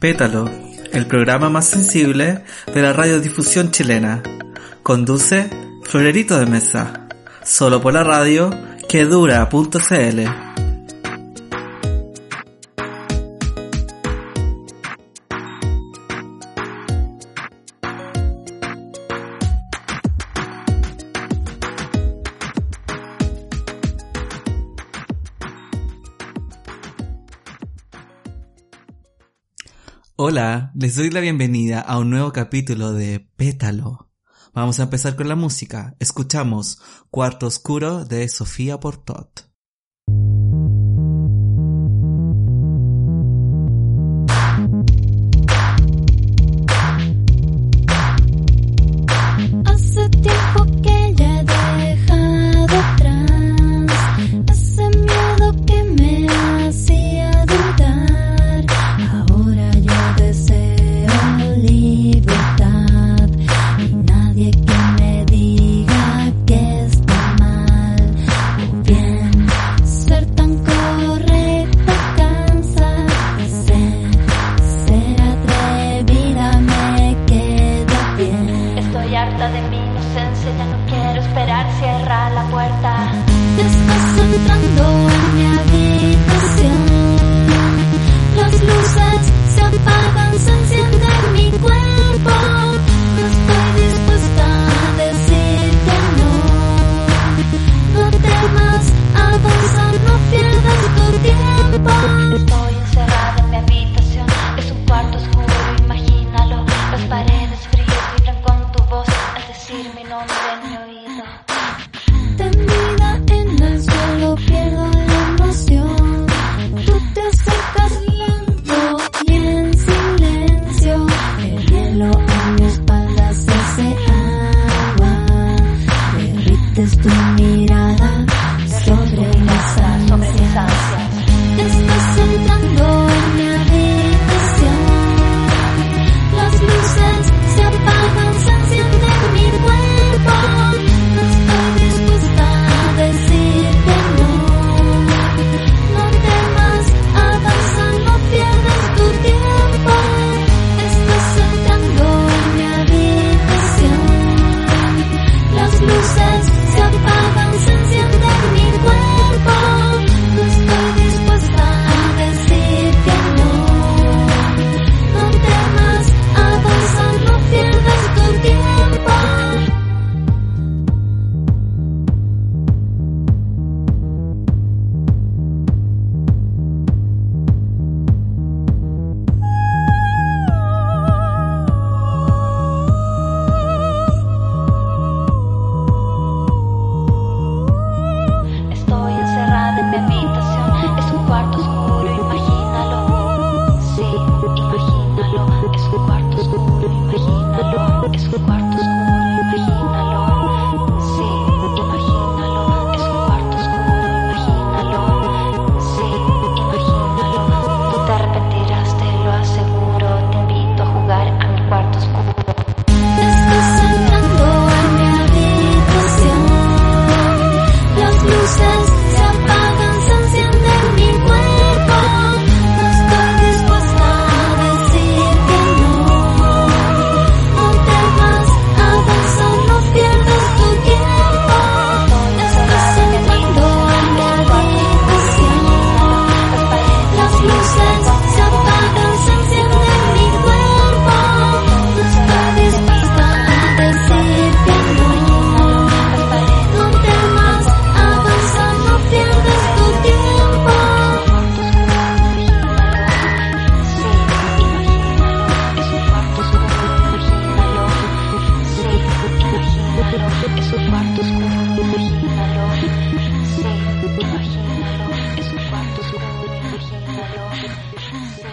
Pétalo, el programa más sensible de la radiodifusión chilena. Conduce Florerito de Mesa, solo por la radio quedura.cl. Hola, les doy la bienvenida a un nuevo capítulo de Pétalo. Vamos a empezar con la música. Escuchamos Cuarto Oscuro de Sofía Portot. Hace tiempo que ya he dejado atrás ese miedo que me hacía dudar. Ahora yo deseo libertad y nadie que me diga que está mal o bien. Ser tan correcta cansa de ser atrevida me queda bien. Estoy harta de mi inocencia, ya no quiero esperar, cierra la puerta. Estás entrando en mi habitación, las luces se apagan, se enciende mi cuerpo. No estoy dispuesta a decir que no. No temas, avanza, no pierdas tu tiempo. Estoy encerrada en mi habitación, es un cuarto oscuro, imagínalo. Las paredes frías vibran con tu voz al decir mi nombre en mi oído. Tendida en el suelo pierdo la emoción. Tú te acercas lento y en silencio. El hielo a mi espalda se hace agua. Derrites tu mirada sobre mis ansias. Estás entrando en mi habitación. Las luces se apagan, se enciende mi cuerpo. No estoy dispuesta a decir que no. No temas, avanza, no pierdas tu tiempo. Estás entrando en mi habitación. Las luces se apagan, se enciende mi cuerpo. No estoy dispuesta a decir que no. No temas, avanza, no pierdas tu tiempo. Estoy encerrada en mi habitación, es un cuarto oscuro, imagínalo. Sí, imagínalo, es un cuarto oscuro, imagínalo. Es un cuarto oscuro, imagínalo. Sí, imagínalo, es un cuarto oscuro, imagínalo. Sí, imagínalo. Tú te arrepentirás, te lo aseguro. Te invito a jugar a mi cuarto oscuro. Estás entrando en mi habitación. Las luces se apagan, se enciende mi cuerpo. No estoy dispuesta a decir que no. No temas, avanza, no pierdas tu tiempo. Estás entrando en mi habitación. Las luces se apagan, se enciende mi cuerpo. No estoy dispuesta a decir que no. No temas, avanza, no pierdas tu tiempo. Sí, imagínalo, es un cuarto oscuro, imagínalo. Sí, imagínalo, es un cuarto oscuro, imagínalo. Sí, imagínalo, es un cuarto oscuro, imagínalo. Sí,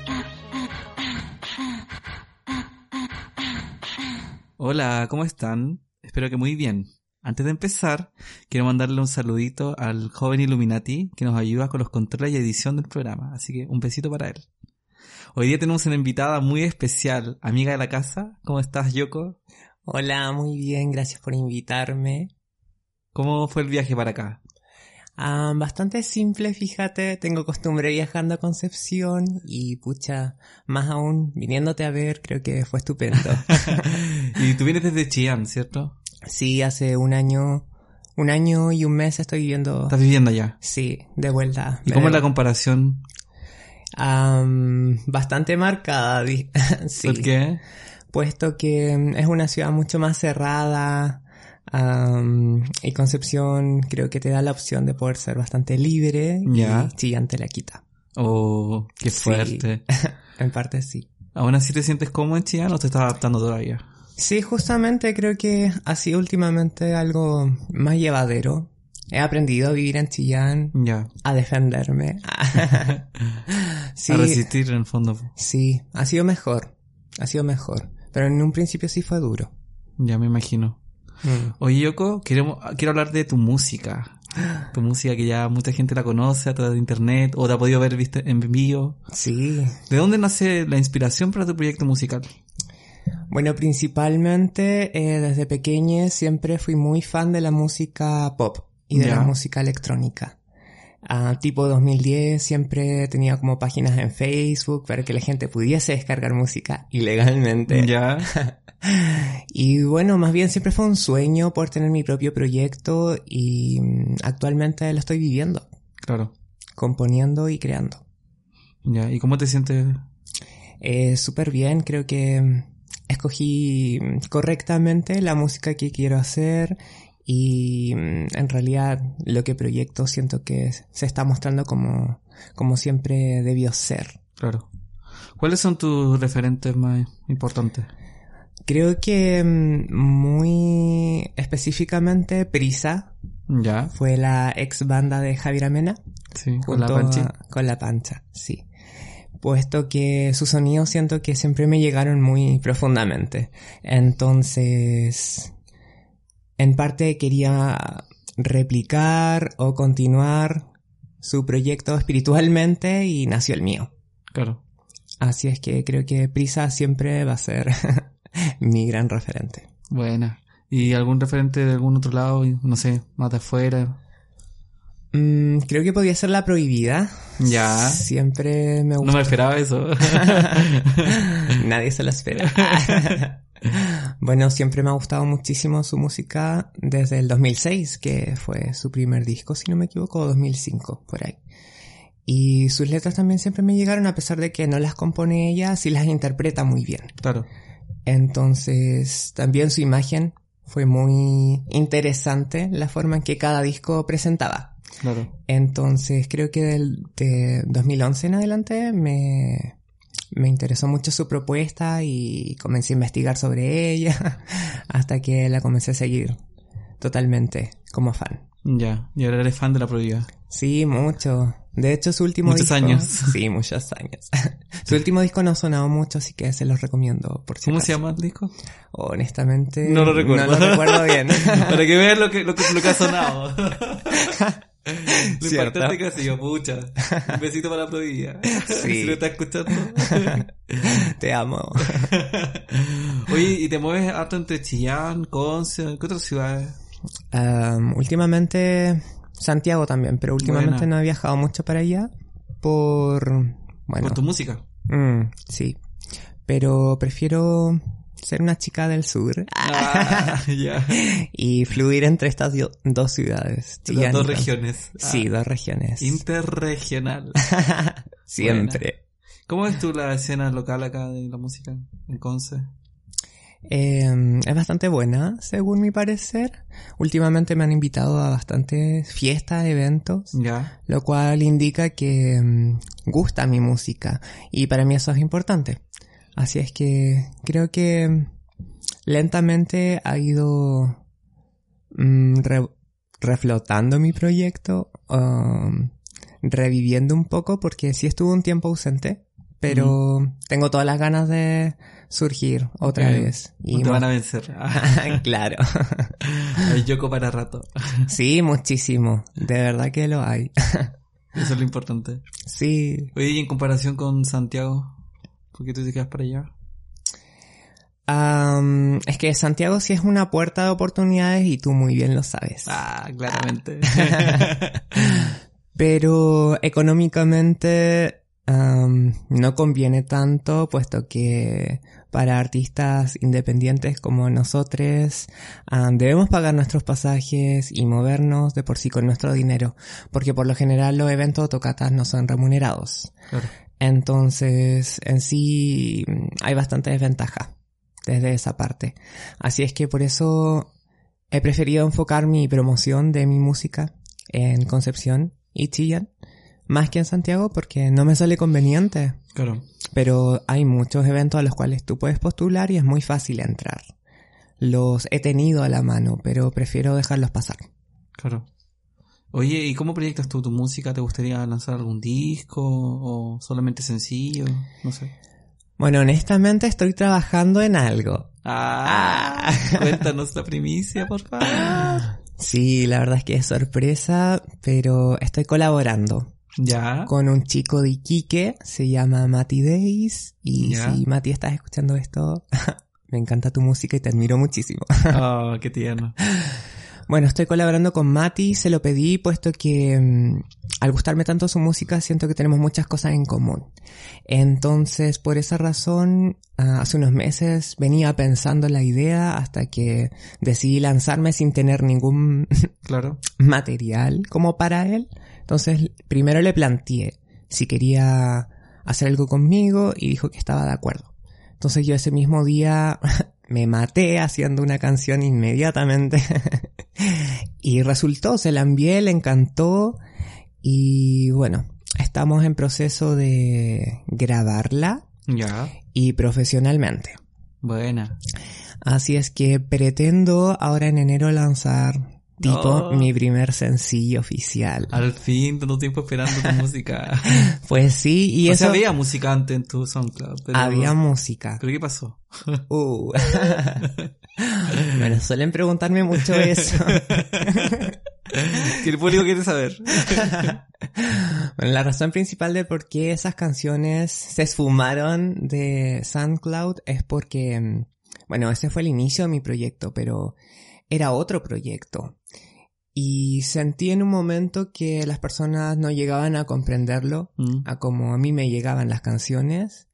Hola, ¿cómo están? Espero que muy bien. Antes de empezar, quiero mandarle un saludito al joven Illuminati que nos ayuda con los controles y edición del programa. Así que un besito para él. Hoy día tenemos una invitada muy especial, amiga de la casa. ¿Cómo estás, Yoko? Hola, muy bien, gracias por invitarme. ¿Cómo fue el viaje para acá? Bastante simple, fíjate, tengo costumbre viajando a Concepción y pucha, más aún viniéndote a ver, creo que fue estupendo. Y tú vienes desde Chillán, ¿cierto? Sí, hace un año y un mes estoy viviendo, ¿Estás viviendo allá? sí, de vuelta. ¿Y cómo es la comparación? Bastante marcada, sí. ¿Por qué? Puesto que es una ciudad mucho más cerrada, y Concepción creo que te da la opción de poder ser bastante libre Ya. y Chillán te la quita. Oh, qué Sí. fuerte. En parte sí. ¿Aún así te sientes cómodo en Chillán o te estás adaptando todavía? Sí, justamente creo que ha sido últimamente algo más llevadero. He aprendido a vivir en Chillán, Ya. a defenderme. Sí, A resistir en el fondo. sí, ha sido mejor. Pero en un principio sí fue duro. Ya me imagino. Oye, Yoko, quiero hablar de tu música. Tu música que ya mucha gente la conoce a través de internet o te ha podido ver en vivo. Sí. ¿De dónde nace la inspiración para tu proyecto musical? Bueno, principalmente desde pequeña siempre fui muy fan de la música pop y de Ya. la música electrónica. Tipo 2010 siempre tenía como páginas en Facebook para que la gente pudiese descargar música ilegalmente. Ya. Y bueno, más bien siempre fue un sueño poder tener mi propio proyecto y actualmente lo estoy viviendo, Claro. componiendo y creando. Ya. ¿Y cómo te sientes? Súper bien, creo que escogí correctamente la música que quiero hacer y en realidad lo que proyecto siento que se está mostrando como siempre debió ser. Claro. ¿Cuáles son tus referentes más importantes? Creo que muy específicamente Prisa Ya. fue la ex banda de Javier Amena. Sí. Con la junto Panchi. con La Pancha, sí. Puesto que sus sonidos siento que siempre me llegaron muy profundamente. Entonces, en parte quería replicar o continuar su proyecto espiritualmente y nació el mío. Claro. Así es que creo que Prisa siempre va a ser mi gran referente. Buena. ¿Y algún referente de algún otro lado? No sé, más de afuera. Creo que podía ser La Prohibida. Ya. Siempre me No gustó. me esperaba eso. Nadie se lo espera. Bueno, siempre me ha gustado muchísimo su música desde el 2006, que fue su primer disco, si no me equivoco, o 2005, por ahí. Y sus letras también siempre me llegaron, a pesar de que no las compone ella, sí las interpreta muy bien. Claro. Entonces, también su imagen fue muy interesante, la forma en que cada disco presentaba. Claro. Entonces, creo que de 2011 en adelante me interesó mucho su propuesta y comencé a investigar sobre ella hasta que la comencé a seguir totalmente como fan. Ya. Y ahora eres fan de La Prohibida. Sí, mucho. De hecho, su último Muchos disco... años. Sí, muchos años. Su último disco no ha sonado mucho, así que se los recomiendo por si ¿Cómo acaso. se llama el disco? Honestamente... No lo recuerdo. No lo recuerdo bien. Para que veas lo que ha sonado. Lo ¿Cierto? impactante que ha sido, pucha. Un besito para La Prohibida. Sí. Si lo estás escuchando. Te amo. Oye, ¿y te mueves harto entre Chillán, Conce? ¿Qué otras ciudades? Últimamente Santiago también, pero últimamente Buena. no he viajado mucho para allá bueno, Por tu música. sí, pero prefiero ser una chica del sur Ya. y fluir entre estas dos ciudades. Las Chillán dos y Conce. regiones. Sí, dos regiones. Interregional. Siempre. ¿Cómo ves tú la escena local acá de la música en Conce? Es bastante buena, según mi parecer. Últimamente me han invitado a bastantes fiestas, eventos, Ya. lo cual indica que gusta mi música y para mí eso es importante. Así es que creo que lentamente ha ido reflotando mi proyecto, reviviendo un poco porque sí estuve un tiempo ausente, pero tengo todas las ganas de surgir otra vez. No te van a vencer. Claro. Hay Yoko para rato. Sí, muchísimo. De verdad que lo hay. Eso es lo importante. Sí. Oye, y en comparación con Santiago, ¿por qué tú te quedas para allá? Es que Santiago sí es una puerta de oportunidades y tú muy bien lo sabes. Ah, claramente. Pero económicamente no conviene tanto, puesto que para artistas independientes como nosotros debemos pagar nuestros pasajes y movernos de por sí con nuestro dinero, porque por lo general los eventos o tocatas no son remunerados. Claro. Entonces, en sí hay bastante desventaja desde esa parte. Así es que por eso he preferido enfocar mi promoción de mi música en Concepción y Chillán, más que en Santiago, porque no me sale conveniente. Claro. Pero hay muchos eventos a los cuales tú puedes postular y es muy fácil entrar. Los he tenido a la mano, pero prefiero dejarlos pasar. Claro. Oye, ¿y cómo proyectas tú tu música? ¿Te gustaría lanzar algún disco o solamente sencillo? No sé. Bueno, honestamente estoy trabajando en algo. Cuéntanos la primicia, por favor. Sí, la verdad es que es sorpresa, pero estoy colaborando. Ya. Con un chico de Iquique, se llama Mati Days. Y ya. si Mati estás escuchando esto, me encanta tu música y te admiro muchísimo. Oh, qué tierno. Bueno, estoy colaborando con Mati, se lo pedí puesto que al gustarme tanto su música siento que tenemos muchas cosas en común. Entonces, por esa razón, hace unos meses venía pensando la idea hasta que decidí lanzarme sin tener ningún claro. material como para él. Entonces, primero le planteé si quería hacer algo conmigo y dijo que estaba de acuerdo. Entonces yo ese mismo día me maté haciendo una canción inmediatamente y resultó, se la envié, le encantó y bueno, estamos en proceso de grabarla ya. Y profesionalmente. Buena. Así es que pretendo ahora en enero lanzar mi primer sencillo oficial. Al fin, tanto tiempo esperando tu música. Pues sí, y eso... O sea, había música antes en tu SoundCloud. Pero... Había música. ¿Pero qué pasó? Bueno, suelen preguntarme mucho eso. Que el público quiere saber. Bueno, la razón principal de por qué esas canciones se esfumaron de SoundCloud es porque, bueno, ese fue el inicio de mi proyecto, pero era otro proyecto. Y sentí en un momento que las personas no llegaban a comprenderlo, a como a mí me llegaban las canciones.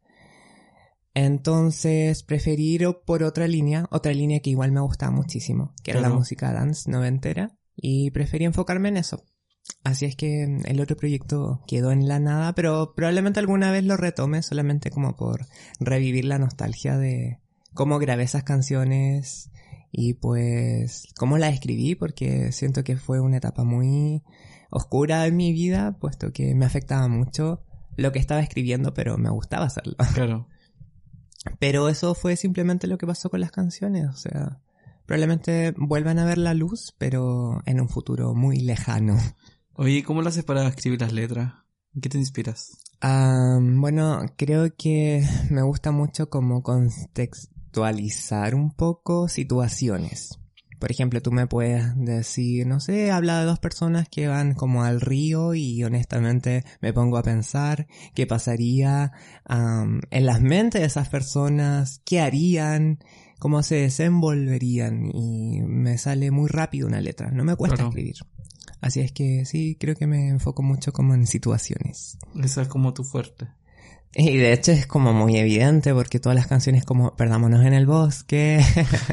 Entonces preferí ir por otra línea que igual me gustaba muchísimo, que era la música dance noventera, y preferí enfocarme en eso. Así es que el otro proyecto quedó en la nada, pero probablemente alguna vez lo retome solamente como por revivir la nostalgia de cómo grabé esas canciones y pues cómo las escribí, porque siento que fue una etapa muy oscura en mi vida, puesto que me afectaba mucho lo que estaba escribiendo, pero me gustaba hacerlo. Claro. Pero eso fue simplemente lo que pasó con las canciones, o sea, probablemente vuelvan a ver la luz, pero en un futuro muy lejano. Oye, ¿cómo lo haces para escribir las letras? ¿En qué te inspiras? Bueno, creo que me gusta mucho como contextualizar un poco situaciones. Por ejemplo, tú me puedes decir, no sé, habla de dos personas que van como al río y honestamente me pongo a pensar qué pasaría en las mentes de esas personas, qué harían, cómo se desenvolverían y me sale muy rápido una letra, no me cuesta escribir. Así es que sí, creo que me enfoco mucho como en situaciones. Eso es como tu fuerte. Y de hecho es como muy evidente porque todas las canciones como Perdámonos en el bosque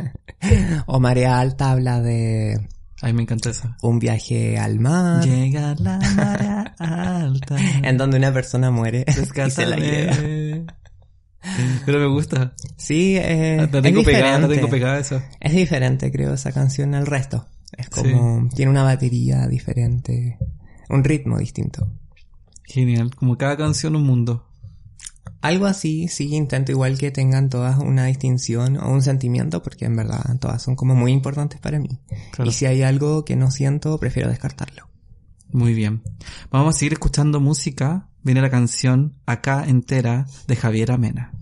o Marea Alta habla de... Ay, me encanta esa. Un viaje al mar. Llega la marea alta. En donde una persona muere y se la lleva. Pero me gusta. Sí, la tengo pegada esa. Es diferente, creo, esa canción al resto. Es como... Tiene una batería diferente, un ritmo distinto. Genial, como cada canción un mundo. Algo así, sí, intento igual que tengan todas una distinción o un sentimiento, porque en verdad todas son como muy importantes para mí. Claro. Y si hay algo que no siento, prefiero descartarlo. Muy bien. Vamos a seguir escuchando música. Viene la canción Acá Entera de Javiera Mena.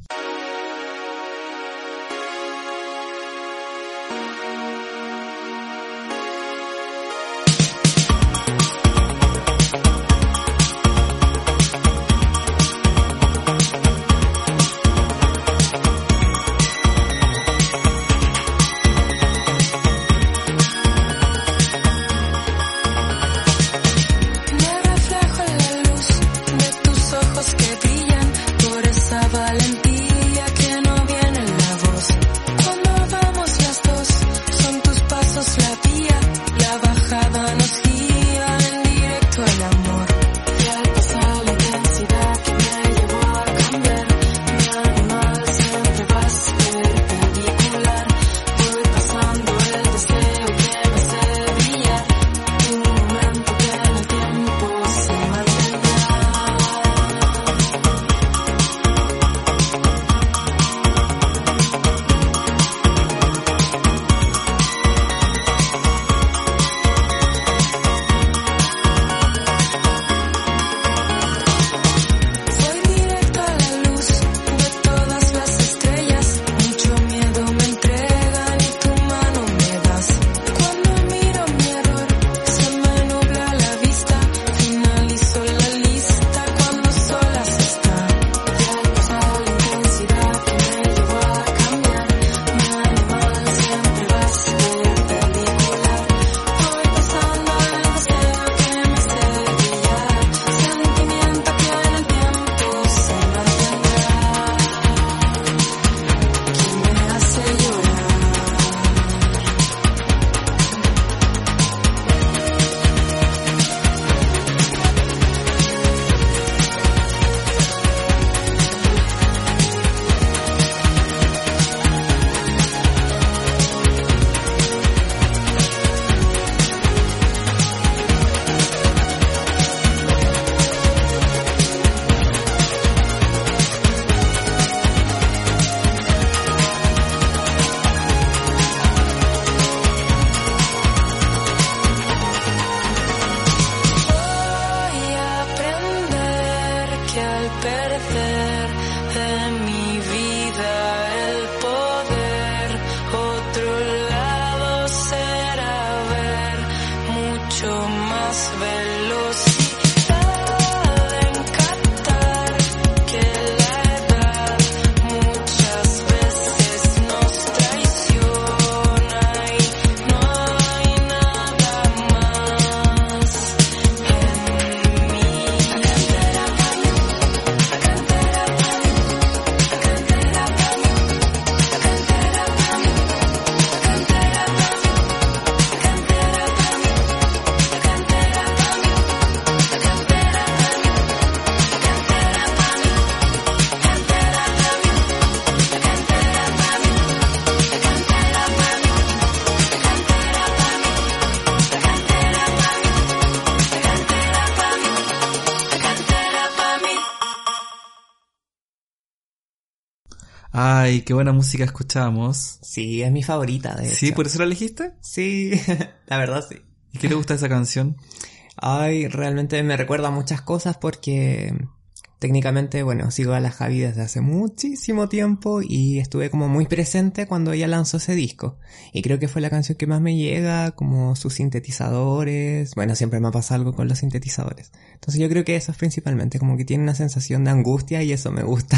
Ay, qué buena música escuchamos. Sí, es mi favorita, de hecho. ¿Sí? ¿Por eso la elegiste? Sí, la verdad sí. ¿Y qué te gusta de esa canción? Ay, realmente me recuerda a muchas cosas porque técnicamente, bueno, sigo a la Javi desde hace muchísimo tiempo y estuve como muy presente cuando ella lanzó ese disco. Y creo que fue la canción que más me llega, como sus sintetizadores. Bueno, siempre me ha pasado algo con los sintetizadores. Entonces yo creo que eso es principalmente, como que tiene una sensación de angustia y eso me gusta.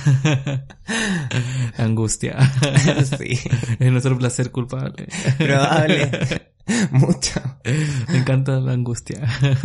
Angustia. Sí, Es nuestro placer culpable. probable. Mucho. Me encanta la angustia.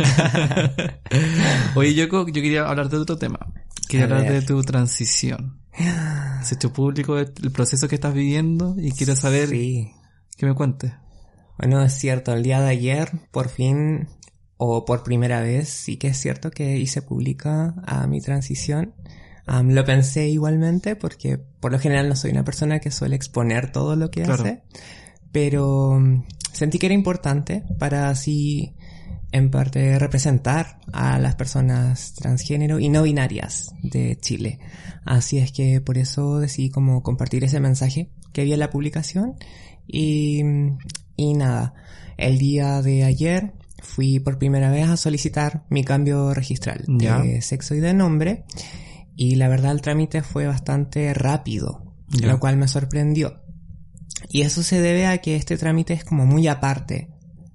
Oye, Yoko, yo quería hablarte de otro tema. Quería A hablar ver. de tu transición. Has hecho público el proceso que estás viviendo y quiero saber Sí. que me cuentes. Bueno, es cierto, el día de ayer, por fin, o por primera vez, sí que es cierto que hice pública a mi transición. Lo pensé igualmente porque por lo general no soy una persona que suele exponer todo lo que Claro. hace, pero sentí que era importante para así, en parte, representar a las personas transgénero y no binarias de Chile. Así es que por eso decidí como compartir ese mensaje que vi en la publicación y nada, el día de ayer fui por primera vez a solicitar mi cambio registral Ya. de sexo y de nombre y la verdad el trámite fue bastante rápido, Ya. lo cual me sorprendió. Y eso se debe a que este trámite es como muy aparte.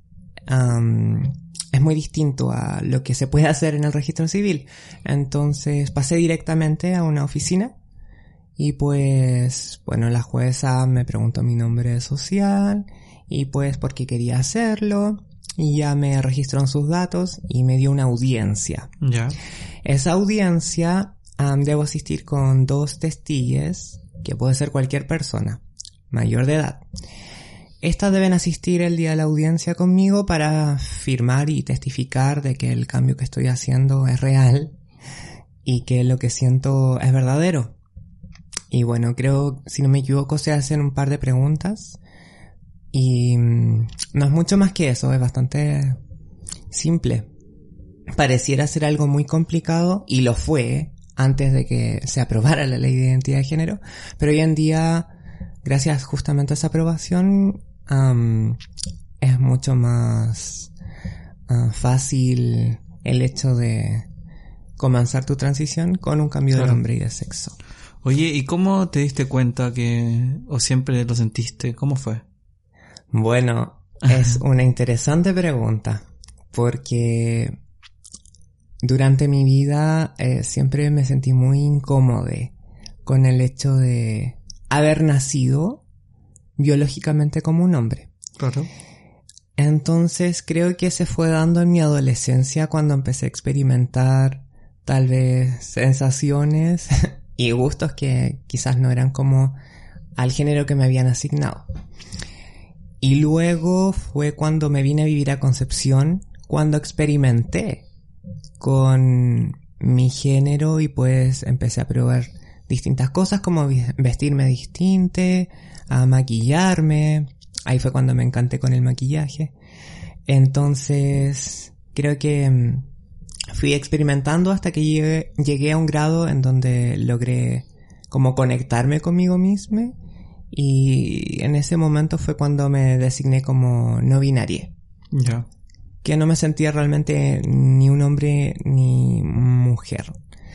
Es muy distinto a lo que se puede hacer en el registro civil. Entonces pasé directamente a una oficina y pues, bueno, la jueza me preguntó mi nombre social y pues por qué quería hacerlo y ya me registró en sus datos y me dio una audiencia. Ya. Esa audiencia debo asistir con 2 testigues, que puede ser cualquier persona mayor de edad. Estas deben asistir el día de la audiencia conmigo para firmar y testificar de que el cambio que estoy haciendo es real y que lo que siento es verdadero. Y bueno, creo, si no me equivoco, se hacen un par de preguntas y no es mucho más que eso, es bastante simple. Pareciera ser algo muy complicado y lo fue antes de que se aprobara la ley de identidad de género, pero hoy en día, gracias justamente a esa aprobación, es mucho más fácil el hecho de comenzar tu transición con un cambio de Claro. nombre y de sexo. Oye, ¿y cómo te diste cuenta o siempre lo sentiste? ¿Cómo fue? Bueno, es una interesante pregunta, porque durante mi vida siempre me sentí muy incómodo con el hecho de haber nacido biológicamente como un hombre. Claro. Entonces creo que se fue dando en mi adolescencia cuando empecé a experimentar tal vez sensaciones y gustos que quizás no eran como al género que me habían asignado. Y luego fue cuando me vine a vivir a Concepción, cuando experimenté con mi género y pues empecé a probar distintas cosas como vestirme distinto, a maquillarme. Ahí fue cuando me encanté con el maquillaje. Entonces creo que fui experimentando hasta que llegué a un grado en donde logré como conectarme conmigo mismo. Y en ese momento fue cuando me designé como no binaria. Ya. Que no me sentía realmente ni un hombre ni mujer.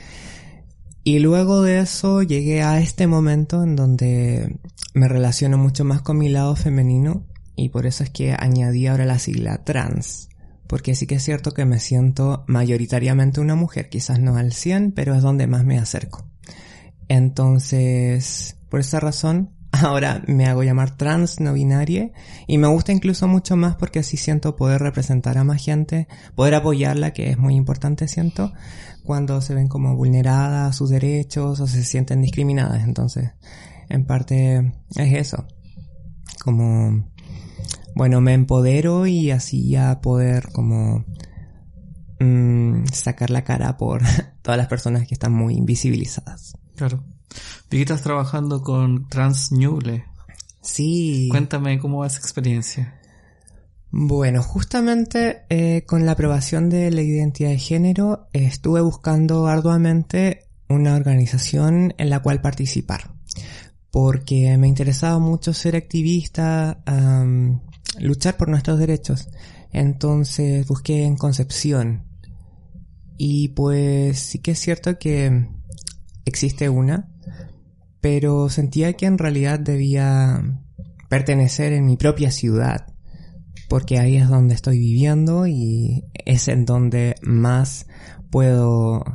Y luego de eso llegué a este momento en donde me relaciono mucho más con mi lado femenino y por eso es que añadí ahora la sigla trans. Porque sí que es cierto que me siento mayoritariamente una mujer, quizás no al 100, pero es donde más me acerco. Entonces, por esa razón, ahora me hago llamar trans no binaria y me gusta incluso mucho más porque así siento poder representar a más gente, poder apoyarla, que es muy importante, siento, cuando se ven como vulneradas sus derechos o se sienten discriminadas. Entonces, en parte es eso. Como, bueno, me empodero y así ya poder como sacar la cara por todas las personas que están muy invisibilizadas. Claro. Vi que estás trabajando con Trans Ñuble. Sí. Cuéntame cómo va esa experiencia. Bueno, justamente con la aprobación de la identidad de género estuve buscando arduamente una organización en la cual participar. porque me interesaba mucho ser activista, luchar por nuestros derechos. Entonces busqué en Concepción. Y pues sí que es cierto que existe una, pero sentía que en realidad debía pertenecer en mi propia ciudad, porque ahí es donde estoy viviendo y es en donde más puedo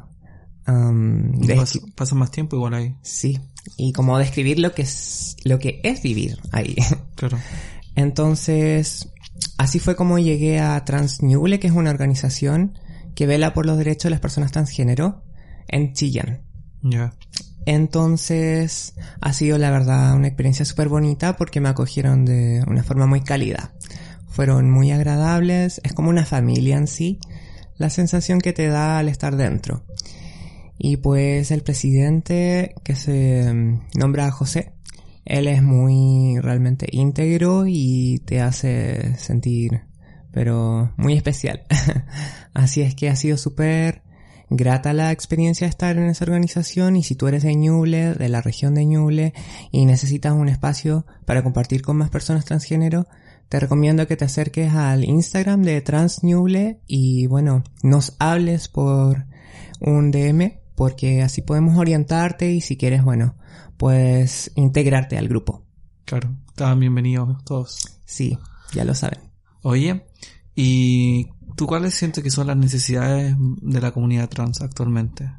Pasa más tiempo igual ahí. Sí, y como describir lo que es vivir ahí. Claro. Entonces, así fue como llegué a Trans Ñuble, que es una organización que vela por los derechos de las personas transgénero en Chillán. Ya. Entonces, ha sido la verdad una experiencia súper bonita porque me acogieron de una forma muy cálida. Fueron muy agradables, es como una familia en sí, la sensación que te da al estar dentro. Y pues el presidente, que se nombra José, él es muy realmente íntegro y te hace sentir, pero muy especial. Así es que ha sido súper grata la experiencia de estar en esa organización, y si tú eres de Ñuble, de la región de Ñuble, y necesitas un espacio para compartir con más personas transgénero, te recomiendo que te acerques al Instagram de Trans Ñuble y bueno, nos hables por un DM, porque así podemos orientarte y si quieres, bueno, puedes integrarte al grupo. Claro, estaban bienvenidos todos. Sí, ya lo saben. Oye, ¿y tú cuáles sientes que son las necesidades de la comunidad trans actualmente?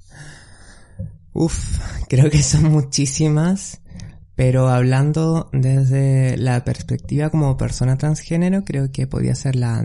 Creo que son muchísimas, pero hablando desde la perspectiva como persona transgénero, creo que podría ser la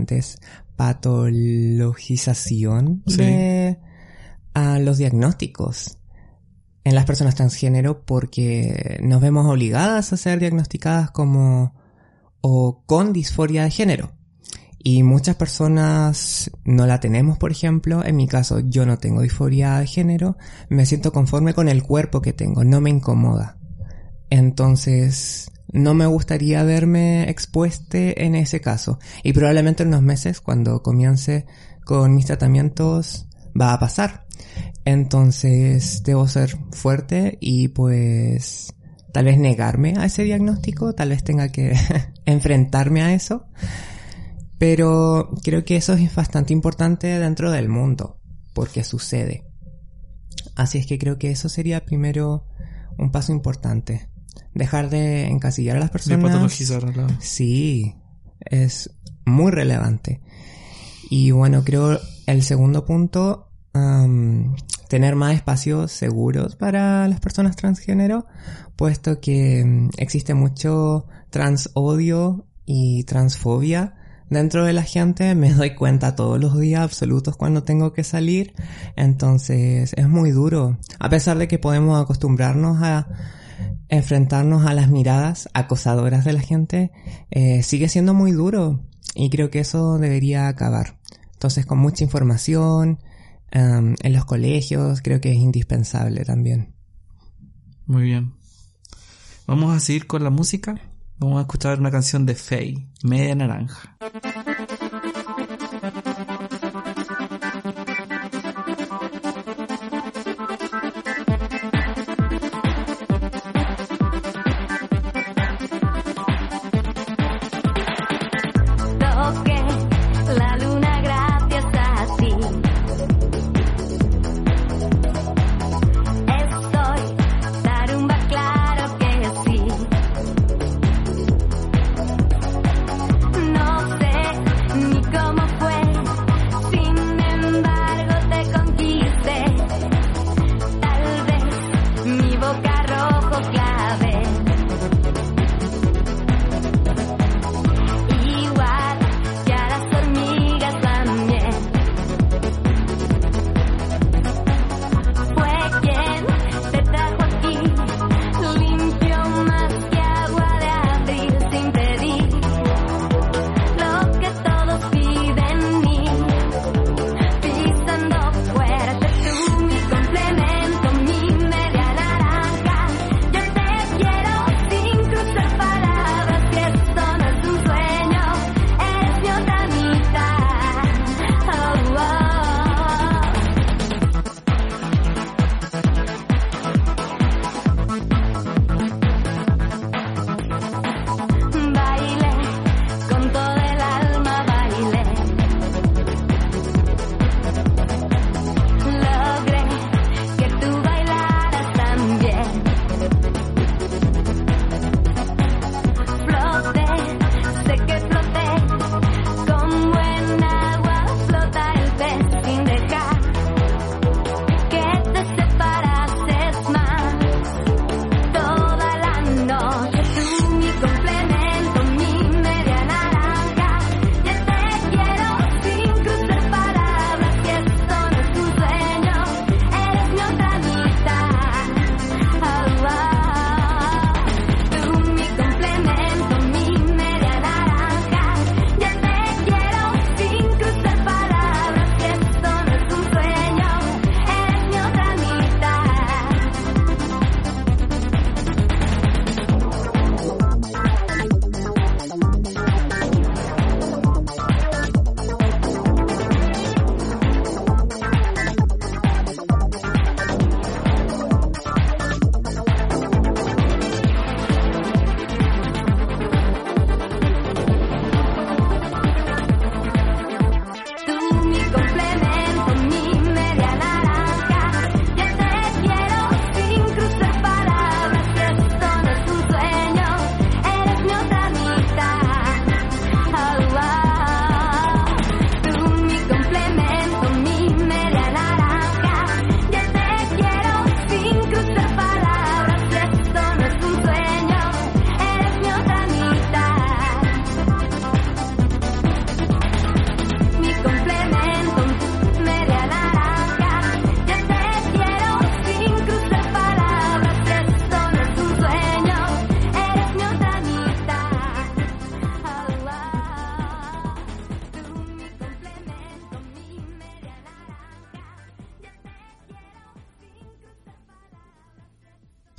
despatologización de los diagnósticos en las personas transgénero, porque nos vemos obligadas a ser diagnosticadas como o con disforia de género. Y muchas personas no la tenemos, por ejemplo. En mi caso, yo no tengo disforia de género. Me siento conforme con el cuerpo que tengo. No me incomoda. Entonces, no me gustaría verme expueste en ese caso. Y probablemente en unos meses, cuando comience con mis tratamientos, va a pasar. Entonces, debo ser fuerte y pues tal vez negarme a ese diagnóstico. Tal vez tenga que enfrentarme a eso. Pero creo que eso es bastante importante dentro del mundo, porque sucede. Así es que creo que eso sería primero un paso importante. Dejar de encasillar a las personas. De patologizar, claro. Sí, es muy relevante. Y bueno, creo el segundo punto, tener más espacios seguros para las personas transgénero, puesto que existe mucho transodio y transfobia dentro de la gente. Me doy cuenta todos los días absolutos cuando tengo que salir. Entonces es muy duro. A pesar de que podemos acostumbrarnos a enfrentarnos a las miradas acosadoras de la gente, sigue siendo muy duro. Y creo que eso debería acabar. Entonces, con mucha información en los colegios, creo que es indispensable también. Muy bien. Vamos a seguir con la música. Vamos a escuchar una canción de Faye, Media Naranja. La luna gracias a ti. Estoy tarumba, claro que sí. No sé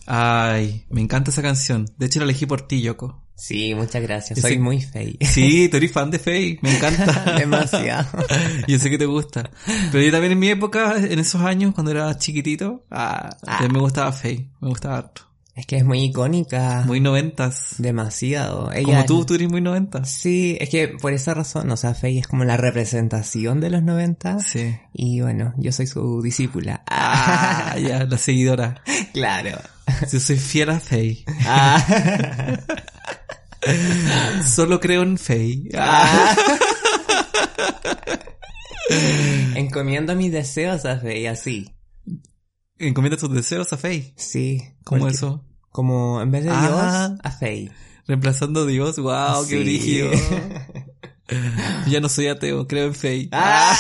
Ay, me encanta esa canción. De hecho la elegí por ti, Yoko. Sí, muchas gracias. Ese- Soy muy fey. Sí, tú eres fan de Faye, me encanta. Demasiado. Yo sé que te gusta. Pero yo también en mi época, en esos años, cuando era chiquitito, también me gustaba Faye, me gustaba harto. Es que es muy icónica. Muy noventas. Demasiado. Ella Como es- tú eres muy noventas. Sí, es que por esa razón, o sea, Faye es como la representación de los 90. Sí. Y bueno, yo soy su discípula. Ah, ya, la seguidora. Claro. Yo soy fiel a Faye. Ah. Solo creo en Faye. Encomiendo mis deseos a Faye, así. Encomienda tus deseos a Faye. Sí. ¿Cómo porque- eso? Como en vez de Ah. Dios, a Faye. Reemplazando a Dios. Wow, qué Sí. brígido. Ya no soy ateo, creo en Faye. Ah.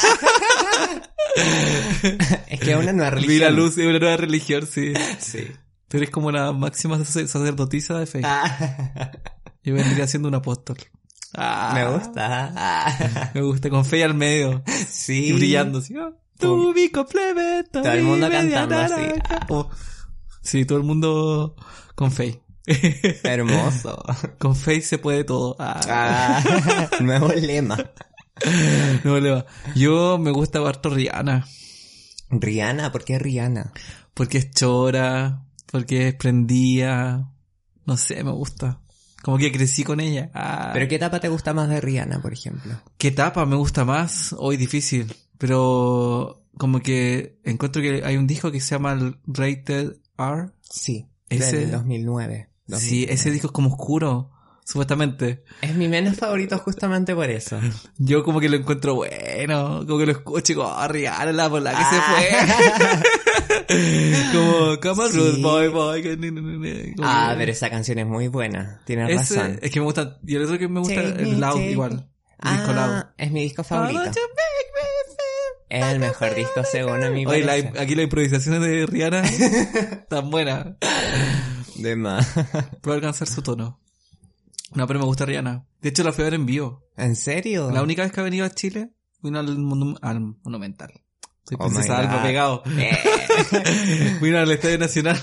Es que es una nueva religión. Vi la luz de una nueva religión, sí. Sí. Tú eres como la máxima sacerdotisa de Faye. Ah. Yo vendría siendo un apóstol. Me gusta. Ah. Me gusta, con Faye al medio. Sí. Y brillando, así. Tú mi complemento. Todo el mi mundo media cantando así. naranja. Oh. Sí, todo el mundo con Faye. Hermoso. Con Faye se puede todo. Ah. Nuevo lema. No le va. Yo me gusta harto Rihanna. Rihanna, ¿por qué Rihanna? Porque es chora, porque es prendida. No sé, me gusta. Como que crecí con ella. ¿Pero qué etapa te gusta más de Rihanna, por ejemplo? ¿Qué etapa me gusta más? Hoy difícil. Pero como que encuentro que hay un disco que se llama el Rated R. Sí. Ese- Del 2009. Sí, ese disco es como oscuro, supuestamente. Es mi menos favorito justamente por eso. Yo como que lo encuentro bueno, como que lo escucho y como, Rihanna, la por la que se fue. Como, come on, Sí. rude boy, boy. Como Ah, que- pero esa canción es muy buena. Tienes Ese, razón. es que me gusta, y el otro que me gusta, Take el me, Loud take igual. El disco Loud. Es mi disco favorito. Es el mejor disco según mi Oye, parecer. aquí las improvisaciones de Rihanna tan buenas. De más. Puedo alcanzar su tono. No, pero me gusta Rihanna. De hecho, la fui a ver en vivo. ¿En serio? La única vez que ha venido a Chile, vino al Monumental. Soy Oh Princesa my Alba God. pegado. Eh. Vino al Estadio Nacional.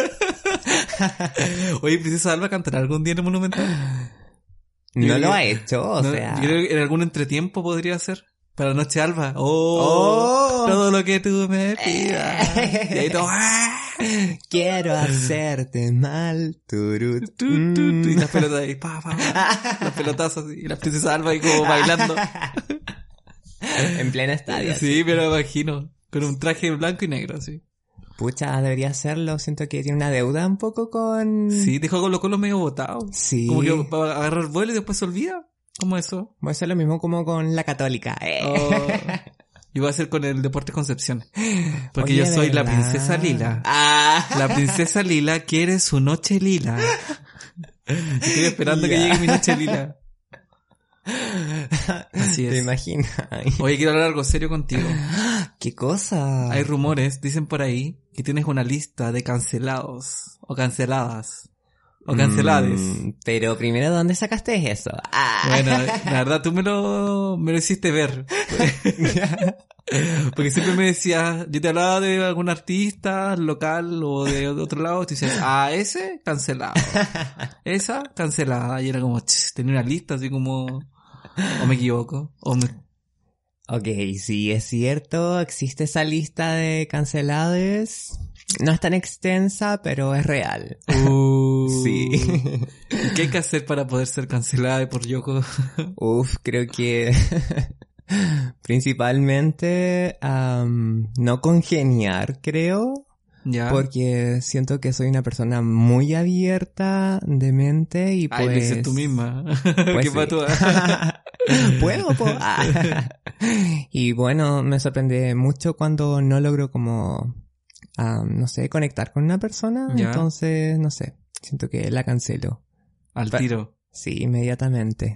Oye, ¿Princesa Alba cantará algún día en el Monumental? No Yo lo creo ha que- hecho, o No, sea. yo creo que en algún entretiempo podría ser. Para Noche Alba. Oh. Todo lo que tú me pidas. Y ahí todo. Quiero hacerte mal. Turut. Y las pelotas ahí. Los pelotazos así. Y la Princesa Alba ahí como bailando. En pleno estadio. Sí, me lo imagino. Con un traje blanco y negro, así. Pucha, debería hacerlo. Siento que tiene una deuda un poco con... Sí, dejó a Colo Colo medio botado. Sí. Como que va a agarrar vuelo y después se olvida. ¿Cómo eso? Voy a hacer lo mismo como con la Católica. Oh, yo voy a hacer con el Deportes Concepción. Porque Oye, yo soy la ¿verdad? princesa Lila. Ah. La princesa Lila quiere su noche lila. Estoy esperando que Ya. llegue mi noche lila. Así Te es. imaginas. Oye, quiero hablar algo serio contigo. ¿Qué cosa? Hay rumores, dicen por ahí, que tienes una lista de cancelados. O canceladas. O cancelades. Pero primero, ¿dónde sacaste eso? Ah. Bueno, la verdad tú me lo hiciste ver. Porque siempre me decías, yo te hablaba de algún artista local o de otro lado, y tú decías, ese cancelado. Esa cancelada. Y era como, tenía una lista así como, o me equivoco, Ok, sí, es cierto, existe esa lista de cancelados. No es tan extensa, pero es real. Sí. ¿Y qué hay que hacer para poder ser cancelada por Yoko? Uf, creo que principalmente no congeniar, creo. Ya. Porque siento que soy una persona muy abierta de mente y pues... Ay, lo dices tú misma. Pues ¿Qué sí. patúa? ¿Puedo? Y bueno, me sorprende mucho cuando no logro como, no sé, conectar con una persona. Ya. Entonces, no sé, siento que la cancelo. Al tiro. Sí, inmediatamente.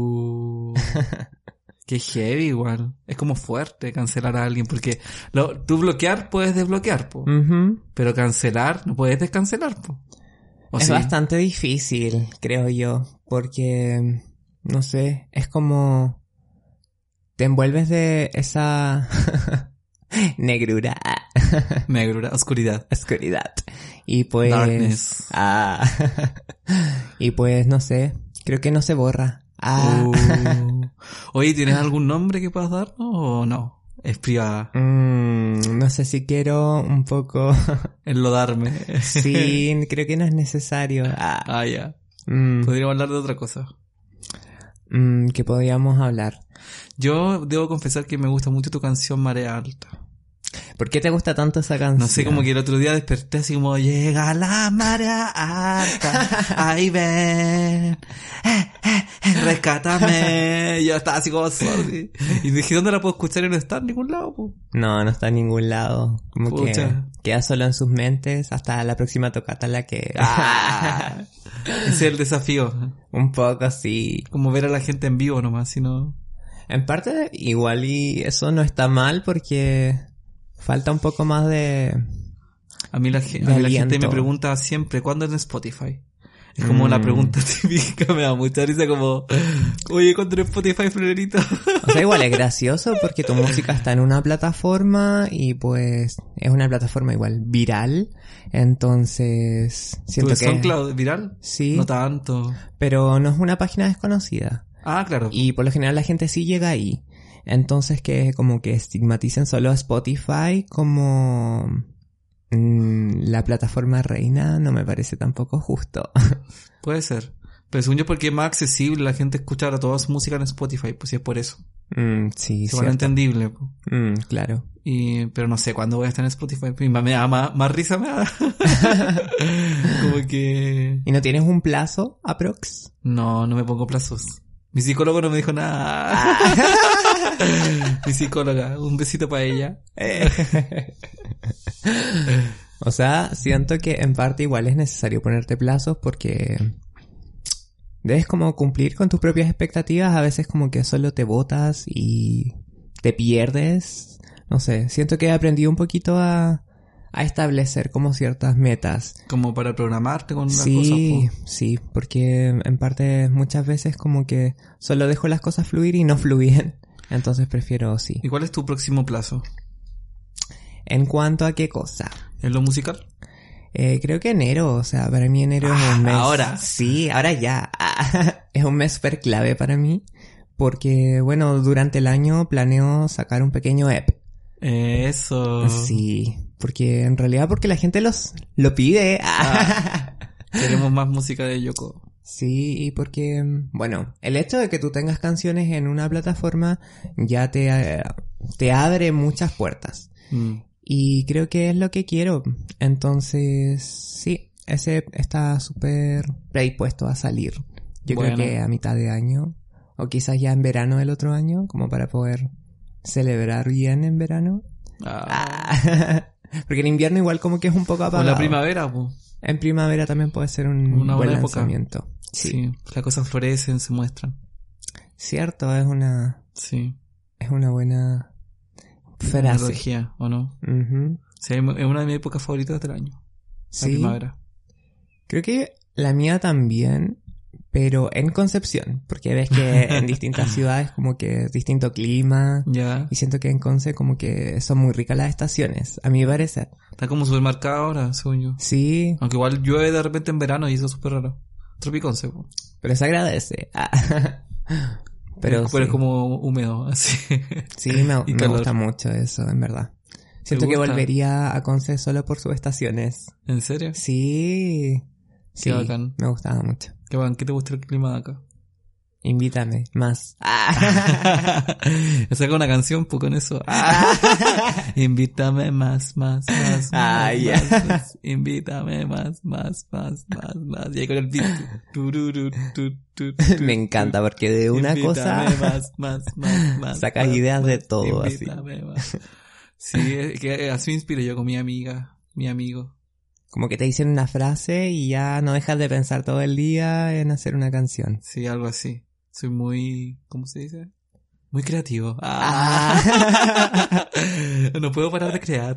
Qué heavy igual. Es como fuerte cancelar a alguien porque tú bloquear puedes desbloquear, po. Ujú. Pero cancelar no puedes descancelar, po. ¿O Es sí? bastante difícil, creo yo, porque, no sé, es como te envuelves de esa negrura, Negrura, oscuridad. oscuridad. Y pues... Darkness. Y pues, no sé, creo que no se borra. Oye, ¿tienes algún nombre que puedas darnos o no? Es privada. No sé si quiero un poco... Enlodarme. Sí, creo que no es necesario. Ya. Podríamos hablar de otra cosa. ¿Qué podríamos hablar? Yo debo confesar que me gusta mucho tu canción Marea Alta. ¿Por qué te gusta tanto esa canción? No sé, como que el otro día desperté así como llega la marea alta, ahí ven, rescátame. Y yo estaba así como sordi. Y dije, ¿dónde la puedo escuchar? Y no está en ningún lado, po. No está en ningún lado. Como Pucha. que queda solo en sus mentes hasta la próxima tocata en la que... Ese es el desafío. Un poco así. Como ver a la gente en vivo nomás, sino... En parte, igual y eso no está mal porque falta un poco más de... A mí la gente aliento. me pregunta siempre, ¿cuándo en Spotify? Es como la pregunta típica, me da mucha risa como, oye, ¿cuándo en Spotify, Florerito? O sea, igual es gracioso porque tu música está en una plataforma y pues es una plataforma igual viral. Entonces, siento que... ¿SoundCloud viral? Sí. No tanto. Pero no es una página desconocida. Claro. Y por lo general la gente sí llega ahí. Entonces que como que estigmaticen solo a Spotify como la plataforma reina no me parece tampoco justo. Puede ser. Pero según yo porque es más accesible, la gente escucha toda su música en Spotify, pues sí es por eso. Sí, es entendible. Pues. Claro. Pero no sé cuándo voy a estar en Spotify. Me da más risa me da. Como que... ¿Y no tienes un plazo, aprox? No me pongo plazos. Mi psicólogo no me dijo nada. Mi psicóloga, un besito para ella. O sea, siento que en parte igual es necesario ponerte plazos porque debes como cumplir con tus propias expectativas. A veces como que solo te botas y te pierdes. No sé, siento que he aprendido un poquito a establecer como ciertas metas. Como para programarte con las cosas. Sí, porque en parte muchas veces como que solo dejo las cosas fluir y no fluyen. Entonces prefiero sí. ¿Y cuál es tu próximo plazo? ¿En cuanto a qué cosa? ¿En lo musical? Creo que enero, o sea, para mí enero es un mes. Ahora. Sí, ahora ya. Es un mes súper clave para mí. Porque, bueno, durante el año planeo sacar un pequeño EP. Eso. Sí, porque en realidad porque la gente lo pide. Queremos más música de Yoko. Sí, y porque, bueno, el hecho de que tú tengas canciones en una plataforma ya te abre muchas puertas. Y creo que es lo que quiero. Entonces, sí, ese está súper predispuesto a salir. Yo creo que a mitad de año, o quizás ya en verano del otro año, como para poder celebrar bien en verano. Porque en invierno igual como que es un poco apagado. O la primavera, pues. En primavera también puede ser una buen lanzamiento. Sí, las cosas florecen, se muestran. Cierto, es una buena frase. Analogía, ¿o no? Sí, es una de mis épocas favoritas del año. La primavera. Creo que la mía también, pero en Concepción, porque ves que en distintas ciudades como que es distinto clima. Ya. Y siento que en Conce como que son muy ricas las estaciones, a mi parecer. Está como súper marcado ahora, según yo. Sí. Aunque igual llueve de repente en verano y eso es súper raro. Tropiconce, po. Pero se agradece. Pero es como húmedo, así. Sí, me gusta mucho eso, en verdad. Siento que volvería a Conce solo por sus estaciones. ¿En serio? Sí. Qué bacán. Me gustaba mucho. Qué bacán. ¿Qué te gusta el clima de acá? Invítame más. Saca una canción pues con eso. Invítame más. Invítame más. Y ahí con el beat. Me encanta porque de una cosa más. Sacas ideas de todo así. Más. Sí, que así me inspiro yo con mi amiga, mi amigo. Como que te dicen una frase y ya no dejas de pensar todo el día en hacer una canción. Sí, algo así. Soy muy... ¿Cómo se dice? Muy creativo. No puedo parar de crear.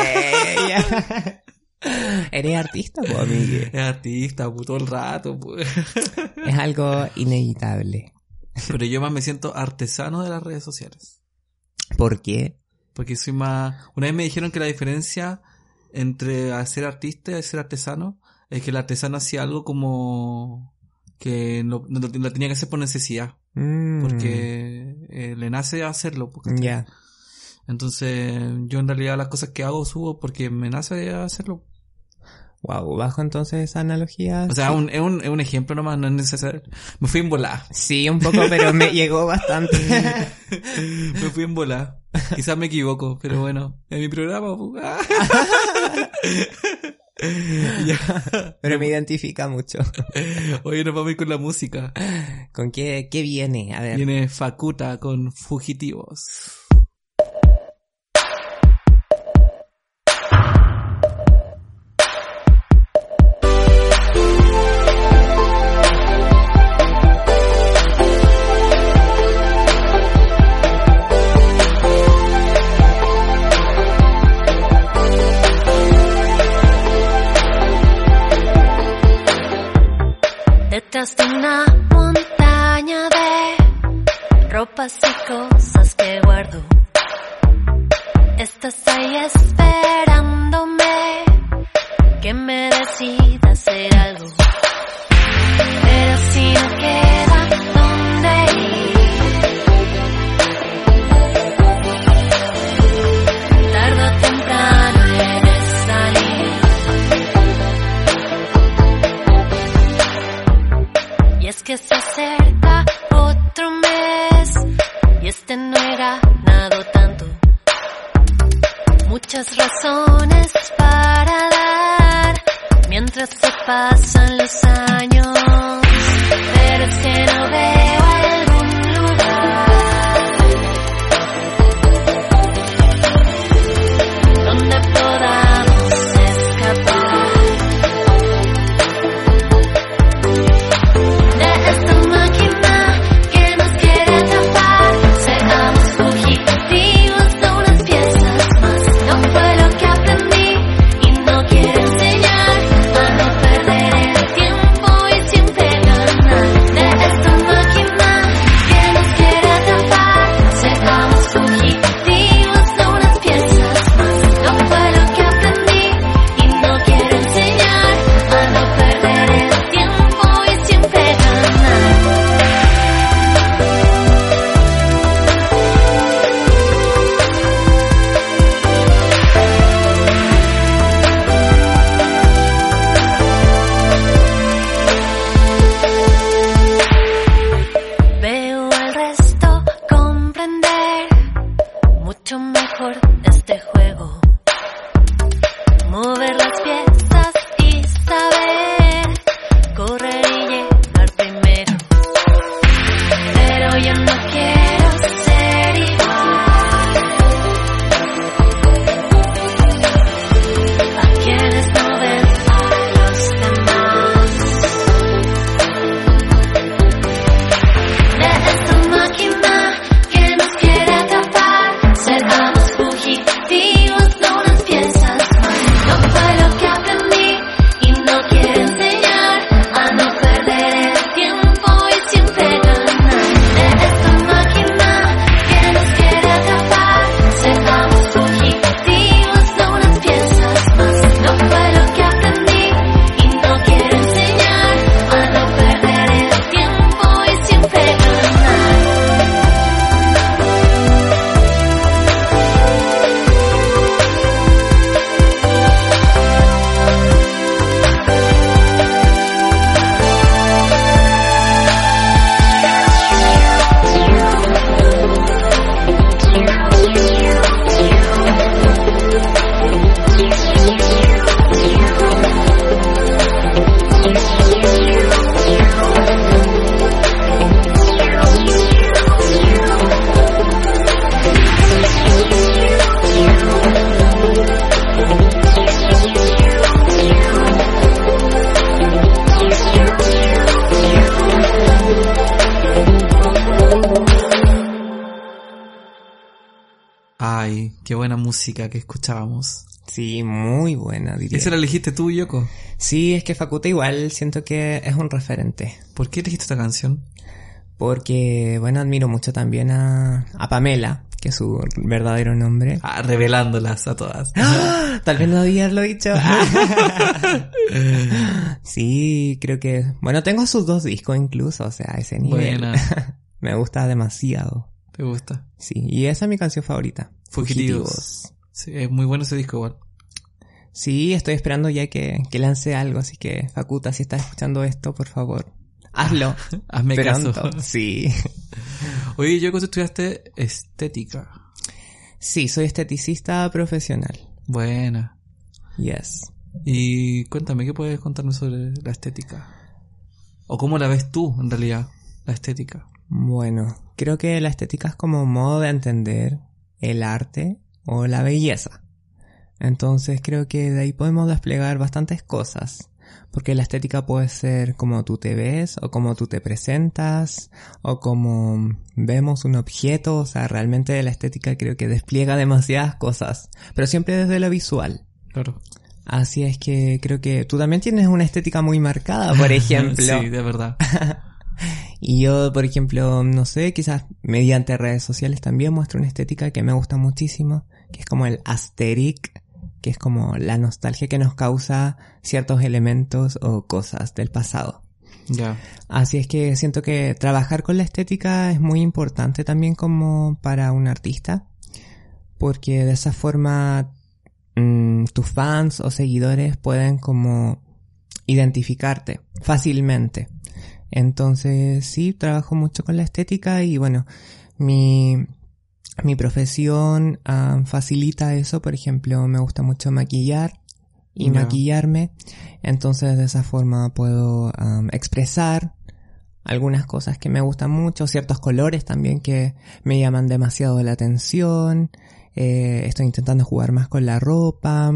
Eres artista, pues, amigo. Es artista, pues, todo el rato, pues. Es algo inevitable. Pero yo más me siento artesano de las redes sociales. ¿Por qué? Porque soy más... Una vez me dijeron que la diferencia entre a ser artista y ser artesano es que el artesano hacía algo como que no lo tenía que hacer por necesidad, porque le nace hacerlo. Ya. Entonces yo en realidad las cosas que hago subo porque me nace hacerlo. Wow, bajo entonces esa analogía. O sea, es un ejemplo nomás, no es necesario. Me fui en volada. Sí, un poco, pero me llegó bastante. Me fui en volada. Quizás me equivoco, pero bueno, en mi programa. Ya. Pero me identifica mucho. Oye, nos vamos a ir con la música. ¿Con qué viene? A ver. Viene Facuta con Fugitivos. Detrás de una montaña de ropas y cosas que guardo, estás ahí esperándome que me decida hacer algo. Pero si no queda dónde ir, tarde o temprano eres salir. Y es que se acerca otro mes y este no he ganado tanto. Muchas razones para dar mientras se pasan los años, pero es que no veo algún lugar donde podamos escapar de esta máquina que nos quiere atrapar. Seamos fugitivos de unas piezas más. No fue lo que aprendí y no quiero enseñar a no perder el tiempo y siempre ganar. De esta máquina que nos quiere atrapar. Seamos fugitivos de unas piezas más. No fue lo que aprendí y no quiero enseñar a no perder el tiempo y siempre ganar. Veo al resto comprender mucho mejor este juego, mover las piezas y saber correr y llegar primero. Pero yo no quiero ser igual a quienes no ven a los demás. De esta máquina que nos quiere atrapar, seamos fugitivos de unas piezas más. No fue lo que aprendí y no quiero enseñar a no perder el tiempo y siempre ganar. De esta máquina que nos quiere atrapar, seamos fugitivos de unas piezas más. No fue lo que aprendí y no quiero enseñar a no perder el tiempo y siempre ganar. Ay, qué buena música que escuchábamos. Sí, muy buena, diría. ¿Esa la elegiste tú, Yoko? Sí, es que Facuta igual siento que es un referente. ¿Por qué elegiste esta canción? Porque, bueno, admiro mucho también a Pamela, que es su verdadero nombre. Revelándolas a todas. ¡Ah! Tal vez no debía haberlo dicho. Sí, creo que... Bueno, tengo sus 2 discos incluso, o sea, a ese nivel. Buena. Me gusta demasiado. ¿Te gusta? Sí, y esa es mi canción favorita. Fugitivos. Sí, es muy bueno ese disco igual. Sí, estoy esperando ya que lance algo, así que Facuta, si estás escuchando esto, por favor, hazlo. Hazme pronto. caso. Sí. Oye, yo, ¿tú estudiaste estética? Sí, soy esteticista profesional. Buena. Yes. Y cuéntame, ¿qué puedes contarme sobre la estética? ¿O cómo la ves tú, en realidad, la estética? Bueno, creo que la estética es como un modo de entender el arte o la belleza. Entonces creo que de ahí podemos desplegar bastantes cosas. Porque la estética puede ser como tú te ves, o como tú te presentas, o como vemos un objeto. O sea, realmente la estética creo que despliega demasiadas cosas. Pero siempre desde lo visual. Claro. Así es que creo que tú también tienes una estética muy marcada, por ejemplo. Sí, de verdad. Y yo, por ejemplo, no sé, quizás mediante redes sociales también muestro una estética que me gusta muchísimo, que es como el aesthetic, que es como la nostalgia que nos causa ciertos elementos o cosas del pasado. Ya. Así es que siento que trabajar con la estética es muy importante también como para un artista, porque de esa forma tus fans o seguidores pueden como identificarte fácilmente. Entonces sí, trabajo mucho con la estética y bueno, mi profesión facilita eso. Por ejemplo, me gusta mucho maquillar y maquillarme. Entonces de esa forma puedo expresar algunas cosas que me gustan mucho, ciertos colores también que me llaman demasiado la atención. Estoy intentando jugar más con la ropa.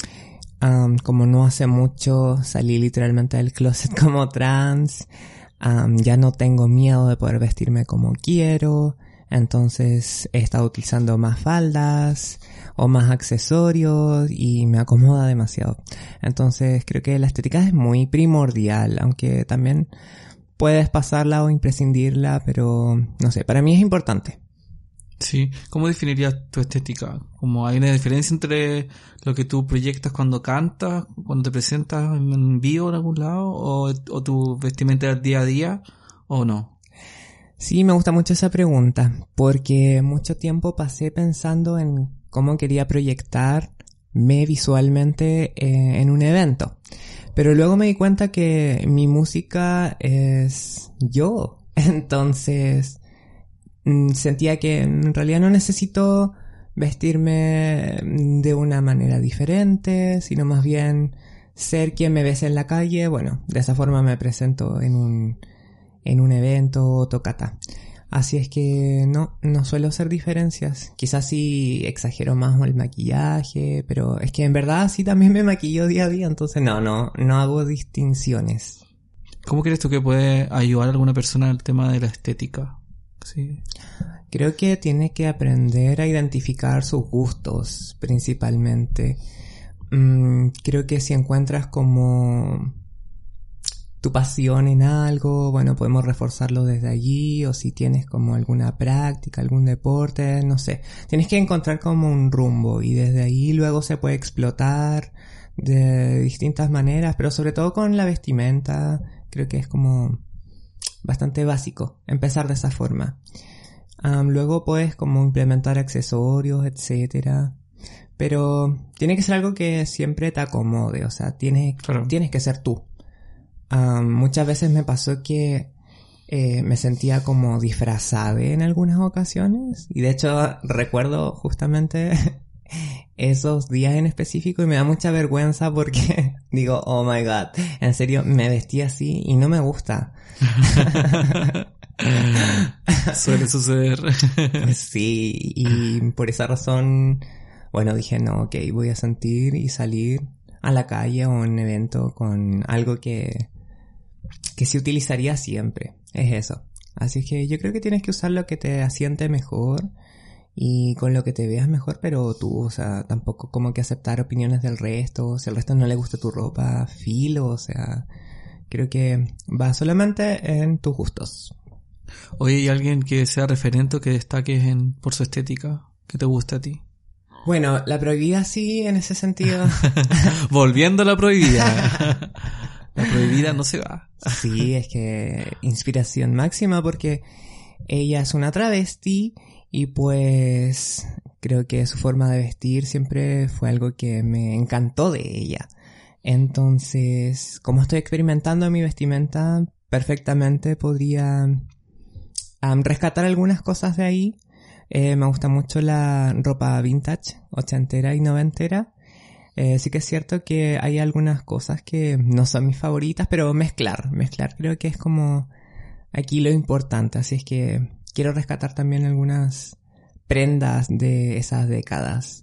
Como no hace mucho salí literalmente del closet como trans. Ya no tengo miedo de poder vestirme como quiero. Entonces he estado utilizando más faldas o más accesorios y me acomoda demasiado. Entonces creo que la estética es muy primordial, aunque también puedes pasarla o imprescindirla, pero no sé, para mí es importante. Sí. ¿Cómo definirías tu estética? ¿Como hay una diferencia entre lo que tú proyectas cuando cantas, cuando te presentas en vivo en algún lado, o tu vestimenta del día a día, o no? Sí, me gusta mucho esa pregunta, porque mucho tiempo pasé pensando en cómo quería proyectarme visualmente en un evento. Pero luego me di cuenta que mi música es yo. Entonces sentía que en realidad no necesito vestirme de una manera diferente, sino más bien ser quien me ves en la calle. Bueno, de esa forma me presento en un evento o tocata. Así es que no suelo hacer diferencias. Quizás sí exagero más el maquillaje, pero es que en verdad sí también me maquillo día a día, entonces no hago distinciones. ¿Cómo crees tú que puede ayudar a alguna persona al tema de la estética? Sí. Creo que tiene que aprender a identificar sus gustos, principalmente. Creo que si encuentras como tu pasión en algo, bueno, podemos reforzarlo desde allí, o si tienes como alguna práctica, algún deporte, no sé. Tienes que encontrar como un rumbo y desde ahí luego se puede explotar de distintas maneras, pero sobre todo con la vestimenta, creo que es como bastante básico empezar de esa forma. Luego puedes como implementar accesorios, etcétera. Pero tiene que ser algo que siempre te acomode, o sea, tienes que ser tú. Muchas veces me pasó que me sentía como disfrazada en algunas ocasiones. Y de hecho recuerdo justamente esos días en específico y me da mucha vergüenza porque digo, oh my god, en serio me vestí así y no me gusta. Suele suceder. Sí, y por esa razón, bueno, dije, no, ok, voy a sentir y salir a la calle o a un evento con algo que se utilizaría siempre. Es eso. Así que yo creo que tienes que usar lo que te asiente mejor y con lo que te veas mejor, pero tú, o sea, tampoco como que aceptar opiniones del resto. Si al resto no le gusta tu ropa, filo, o sea, creo que va solamente en tus gustos. Oye, ¿hay alguien que sea referente o que destaques por su estética? ¿Que te guste a ti? Bueno, la prohibida sí, en ese sentido. Volviendo a la prohibida. La prohibida no se va. Sí, es que inspiración máxima porque ella es una travesti y pues creo que su forma de vestir siempre fue algo que me encantó de ella. Entonces, como estoy experimentando mi vestimenta, perfectamente podría rescatar algunas cosas de ahí. Me gusta mucho la ropa vintage, ochentera y noventera. Sí que es cierto que hay algunas cosas que no son mis favoritas, pero mezclar creo que es como aquí lo importante. Así es que quiero rescatar también algunas prendas de esas décadas.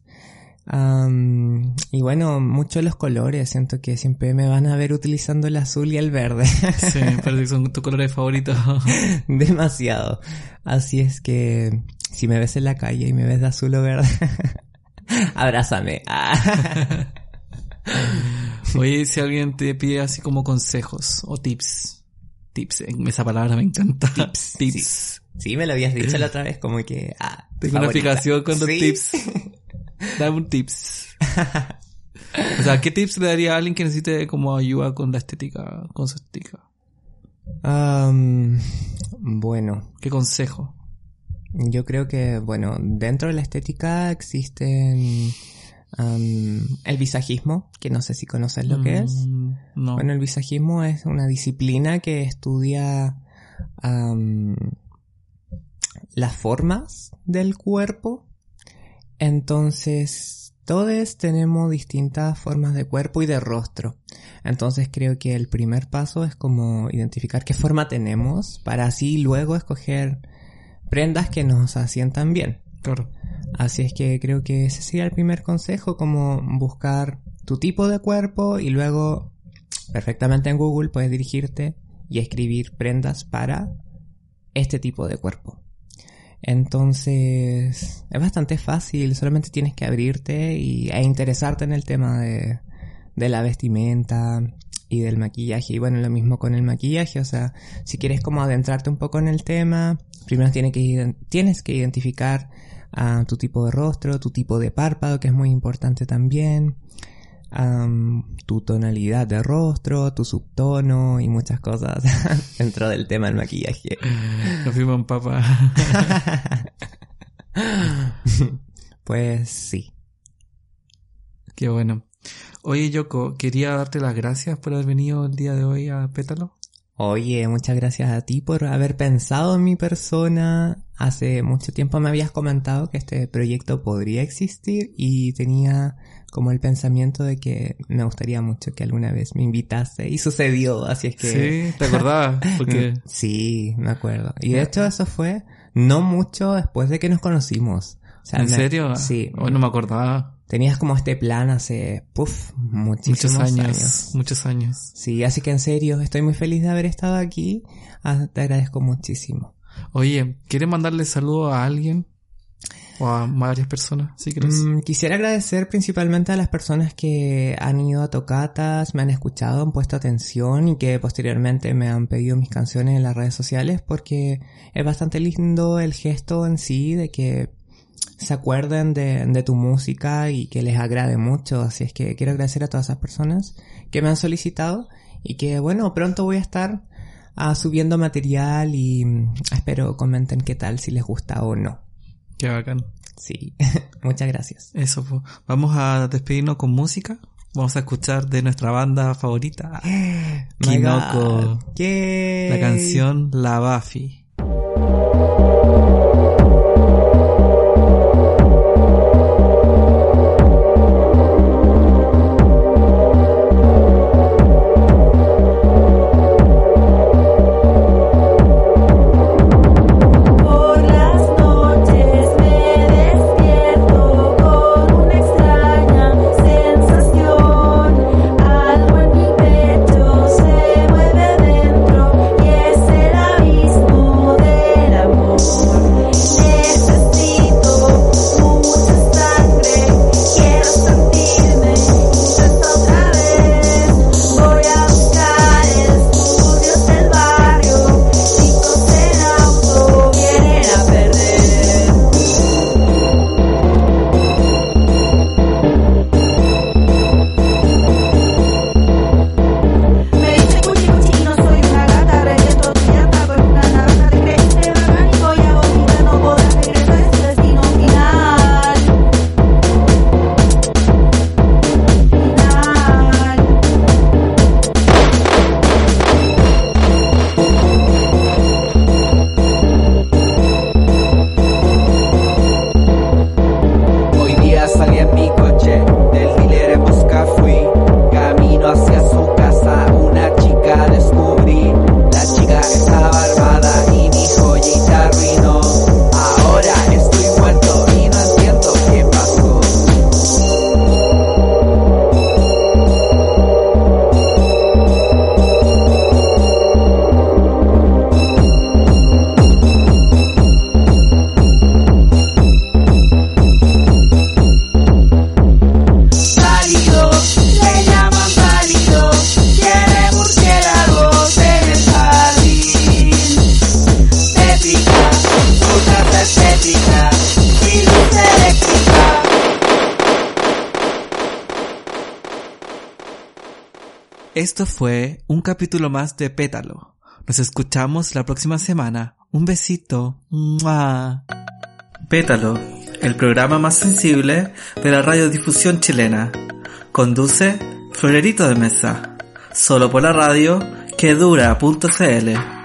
Y bueno, mucho los colores, siento que siempre me van a ver utilizando el azul y el verde. Sí, parece que son tus colores favoritos. Demasiado. Así es que si me ves en la calle y me ves de azul o verde, abrázame. Oye, si alguien te pide así como consejos o tips, esa palabra me encanta. Tips. Sí, me lo habías dicho la otra vez, como que tengo una explicación con los ¿sí? tips. Dame un tips. O sea, ¿qué tips le daría a alguien que necesite como ayuda con la estética, con su estética? Bueno. ¿Qué consejo? Yo creo que, bueno, dentro de la estética existen el visajismo, que no sé si conoces lo que es. No. Bueno, el visajismo es una disciplina que estudia las formas del cuerpo. Entonces, todos tenemos distintas formas de cuerpo y de rostro. Entonces creo que el primer paso es como identificar qué forma tenemos para así luego escoger prendas que nos asientan bien. Claro. Así es que creo que ese sería el primer consejo, como buscar tu tipo de cuerpo y luego perfectamente en Google puedes dirigirte y escribir prendas para este tipo de cuerpo. Entonces es bastante fácil, solamente tienes que abrirte e interesarte en el tema de la vestimenta y del maquillaje. Y bueno, lo mismo con el maquillaje, o sea, si quieres como adentrarte un poco en el tema, primero tienes que identificar tu tipo de rostro, tu tipo de párpado, que es muy importante también, tu tonalidad de rostro, tu subtono y muchas cosas dentro del tema del maquillaje. Lo firma un papá. Pues sí. Qué bueno. Oye, Yoko, quería darte las gracias por haber venido el día de hoy a Pétalo. Oye, muchas gracias a ti por haber pensado en mi persona. Hace mucho tiempo me habías comentado que este proyecto podría existir y tenía como el pensamiento de que me gustaría mucho que alguna vez me invitase y sucedió, así es que... Sí, ¿te acordabas? Porque... Sí, me acuerdo. Y de hecho eso fue no mucho después de que nos conocimos. O sea, ¿En serio? Sí. Hoy no me acordaba. Tenías como este plan hace, muchísimos años. Muchos años. Sí, así que en serio, estoy muy feliz de haber estado aquí. Te agradezco muchísimo. Oye, ¿quieres mandarle saludos a alguien? ¿O a varias personas, si quieres? Quisiera agradecer principalmente a las personas que han ido a tocatas, me han escuchado, han puesto atención y que posteriormente me han pedido mis canciones en las redes sociales, porque es bastante lindo el gesto en sí de que se acuerden de tu música y que les agrade mucho. Así es que quiero agradecer a todas esas personas que me han solicitado y que bueno, pronto voy a estar subiendo material y espero comenten qué tal, si les gusta o no. Qué bacán. Sí, muchas gracias. Eso, pues. Vamos a despedirnos con música. Vamos a escuchar de nuestra banda favorita, Kinoko. La canción La Buffy. Algo en mi pecho se mueve dentro y es el abismo. Esto fue un capítulo más de Pétalo. Nos escuchamos la próxima semana. Un besito. ¡Mua! Pétalo, el programa más sensible de la radiodifusión chilena. Conduce Florerito de Mesa. Solo por la radio quedura.cl.